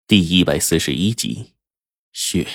第141集，血。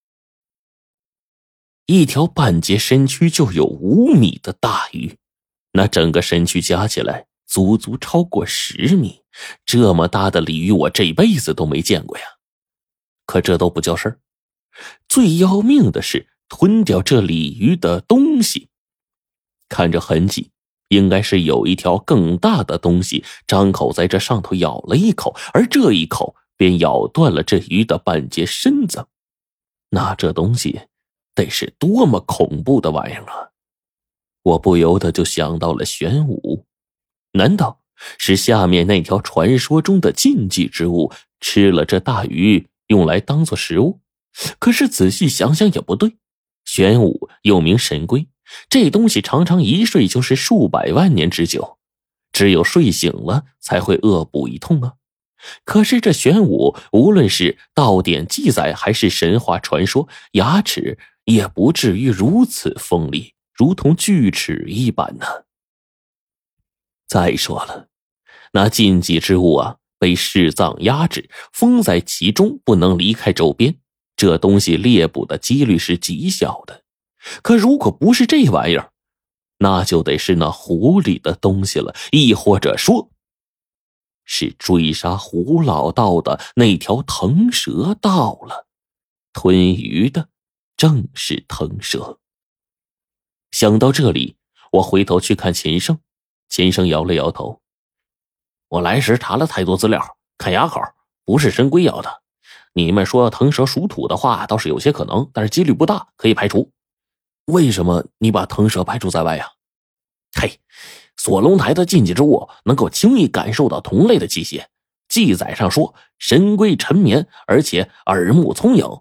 一条半截身躯就有5米的大鱼，那整个身躯加起来足足超过10米，这么大的鲤鱼我这辈子都没见过呀。可这都不叫事儿，最要命的是吞掉这鲤鱼的东西。看着痕迹，应该是有一条更大的东西张口在这上头咬了一口，而这一口便咬断了这鱼的半截身子。那这东西得是多么恐怖的玩意儿啊！我不由得就想到了玄武，难道是下面那条传说中的禁忌之物吃了这大鱼用来当作食物？可是仔细想想也不对，玄武又名神龟，这东西常常一睡就是数百万年之久，只有睡醒了才会恶补一通啊。可是这玄武无论是道典记载还是神话传说，牙齿也不至于如此锋利，如同锯齿一般呢。再说了，那禁忌之物啊，被视葬压制，封在其中，不能离开周边，这东西猎捕的几率是极小的。可如果不是这玩意儿，那就得是那湖里的东西了，亦或者说是追杀胡老道的那条腾蛇到了，吞鱼的正是腾蛇。想到这里，我回头去看秦胜，秦胜摇了摇头：我来时查了太多资料，看牙口不是神龟咬的。你们说腾蛇属土的话倒是有些可能，但是几率不大，可以排除。为什么你把腾蛇排除在外啊？嘿，锁龙台的禁忌之物能够轻易感受到同类的气息，记载上说神龟沉眠，而且耳目聪颖。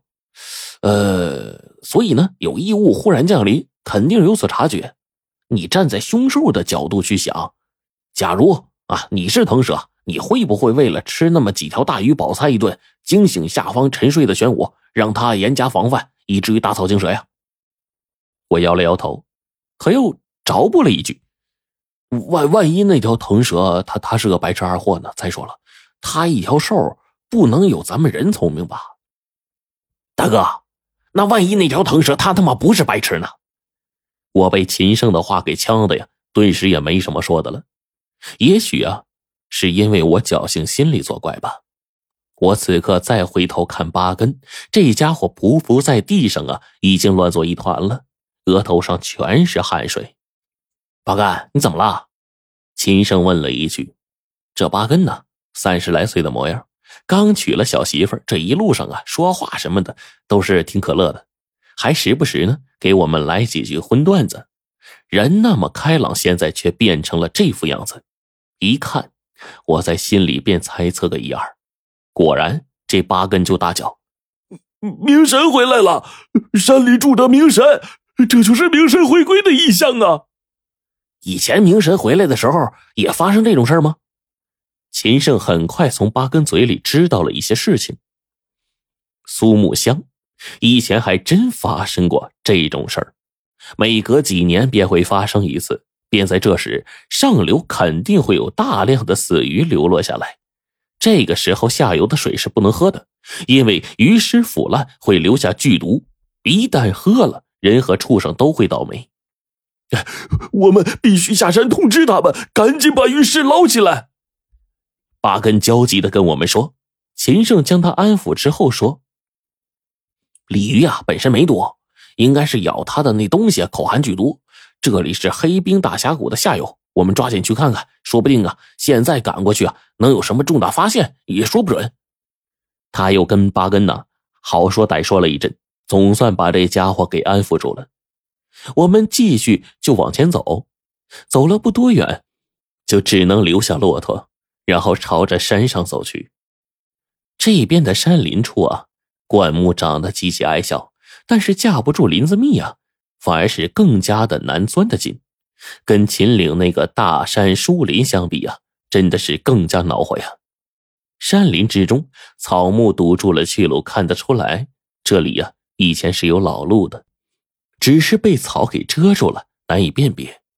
所以呢，有异物忽然降临，肯定有所察觉。你站在凶兽的角度去想，假如你是腾蛇，你会不会为了吃那么几条大鱼饱餐一顿，惊醒下方沉睡的玄武，让他严加防范，以至于打草惊蛇呀？我摇了摇头，可又着补了一句：万一那条腾蛇它是个白痴二货呢？再说了，它一条兽不能有咱们人聪明吧？大哥，那万一那条腾蛇它他妈不是白痴呢？我被秦胜的话给呛的呀，顿时也没什么说的了。也许是因为我侥幸心理作怪吧。我此刻再回头看八根，这家伙匍匐在地上已经乱作一团了，额头上全是汗水。八根，你怎么了？秦胜问了一句。这八根呢，30来岁的模样，刚娶了小媳妇儿，这一路上说话什么的都是挺可乐的，还时不时呢给我们来几句荤段子。人那么开朗，现在却变成了这副样子。一看，我在心里便猜测个一二。果然，这八根就大叫：冥神回来了！山里住着冥神，这就是冥神回归的异象啊！以前冥神回来的时候也发生这种事吗？秦胜很快从八根嘴里知道了一些事情。苏木乡以前还真发生过这种事儿，每隔几年便会发生一次，便在这时上流肯定会有大量的死鱼流落下来。这个时候下游的水是不能喝的，因为鱼尸腐烂会留下剧毒，一旦喝了，人和畜生都会倒霉。我们必须下山通知他们，赶紧把鱼尸捞起来。八根焦急地跟我们说。秦胜将他安抚之后说：鲤鱼本身没毒，应该是咬他的那东西口含剧毒。这里是黑冰大峡谷的下游，我们抓紧去看看，说不定现在赶过去能有什么重大发现，也说不准。他又跟八根好说歹说了一阵，总算把这家伙给安抚住了。我们继续就往前走，走了不多远，就只能留下骆驼，然后朝着山上走去。这边的山林处灌木长得极其矮小，但是架不住林子密反而是更加的难钻得进。跟秦岭那个大山树林相比真的是更加恼火呀。山林之中草木堵住了去路，看得出来这里以前是有老路的，只是被草给遮住了，难以辨别。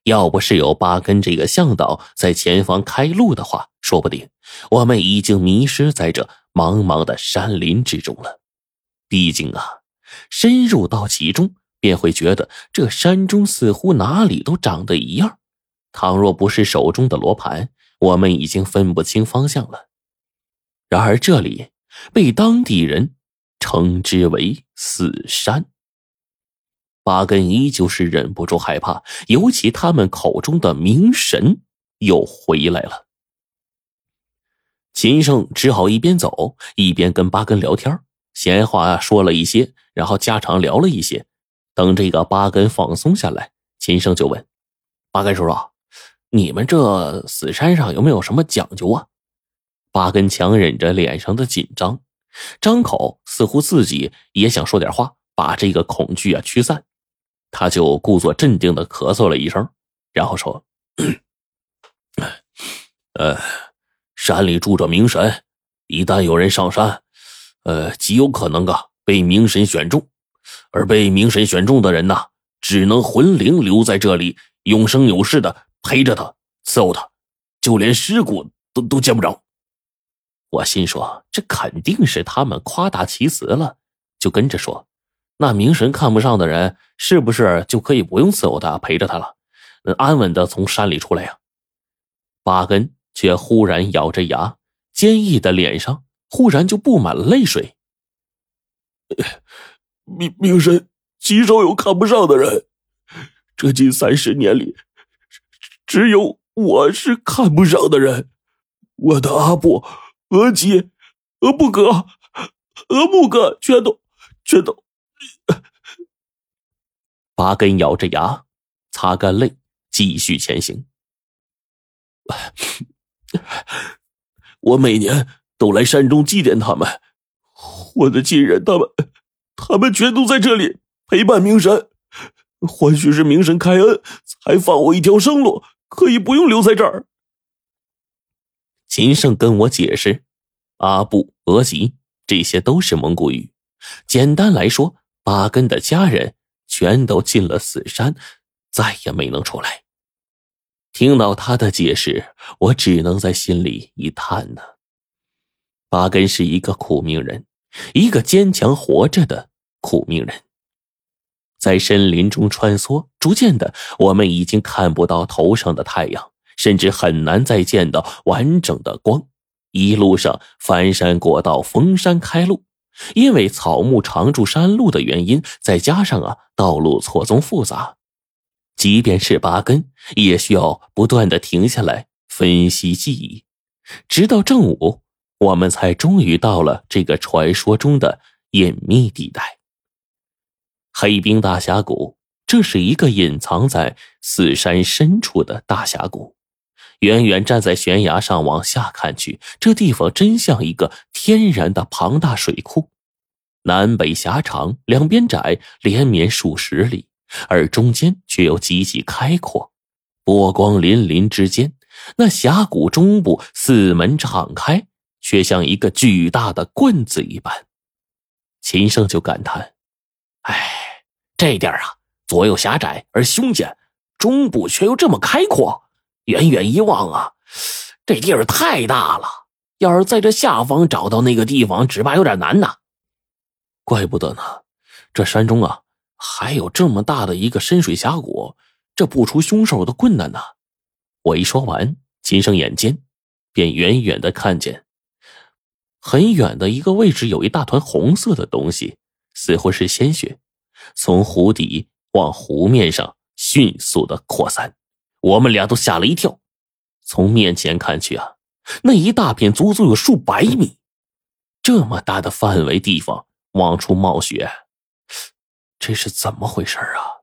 要不是有八根这个向导在前方开路的话，说不定我们已经迷失在这茫茫的山林之中了。毕竟啊，深入到其中便会觉得这山中似乎哪里都长得一样，倘若不是手中的罗盘，我们已经分不清方向了。然而这里被当地人称之为死山。八根依旧是忍不住害怕，尤其他们口中的冥神又回来了。秦胜只好一边走一边跟八根聊天，闲话说了一些，然后家常聊了一些。等这个八根放松下来，秦胜就问：八根叔叔，你们这死山上有没有什么讲究啊？八根强忍着脸上的紧张，张口似乎自己也想说点话，把这个恐惧驱散。他就故作镇定地咳嗽了一声，然后说：山里住着冥神，一旦有人上山，极有可能被冥神选中，而被冥神选中的人呢，只能魂灵留在这里，永生永世的陪着他，伺候他，就连尸骨都见不着。我心说，这肯定是他们夸大其词了，就跟着说：那冥神看不上的人，是不是就可以不用伺候他，陪着他了，安稳的从山里出来呀？八根却忽然咬着牙，坚毅的脸上忽然就布满了泪水。 冥神极少有看不上的人，这近30年里，只有我是看不上的人。我的阿布、额吉、额布格、额木格全都。 八根咬着牙，擦干泪，继续前行。 我每年都来山中祭奠他们，我的亲人他们全都在这里陪伴冥神，或许是冥神开恩，才放我一条生路，可以不用留在这儿。 秦胜跟我解释，阿布、额吉这些都是蒙古语，简单来说，八根的家人全都进了死山，再也没能出来。听到他的解释，我只能在心里一叹呢。八根是一个苦命人，一个坚强活着的苦命人。在森林中穿梭，逐渐的，我们已经看不到头上的太阳，甚至很难再见到完整的光。一路上翻山过道，逢山开路，因为草木常驻山路的原因，再加上道路错综复杂，即便是八根也需要不断的停下来分析记忆。直到正午，我们才终于到了这个传说中的隐秘地带。黑冰大峡谷，这是一个隐藏在死山深处的大峡谷。远远站在悬崖上往下看去，这地方真像一个天然的庞大水库。南北狭长，两边窄，连绵数十里，而中间却又极其开阔。波光粼粼之间，那峡谷中部四门敞开，却像一个巨大的棍子一般。秦胜就感叹：这地儿左右狭窄而凶险，中部却又这么开阔，远远一望这地儿太大了，要是在这下方找到那个地方，只怕有点难呐。怪不得呢，这山中还有这么大的一个深水峡谷，这不出凶手的困难呢。我一说完，秦胜眼尖，便远远的看见很远的一个位置有一大团红色的东西，似乎是鲜血，从湖底往湖面上迅速的扩散。我们俩都吓了一跳，从面前看去那一大片足足有数百米，这么大的范围地方往出冒血，这是怎么回事啊？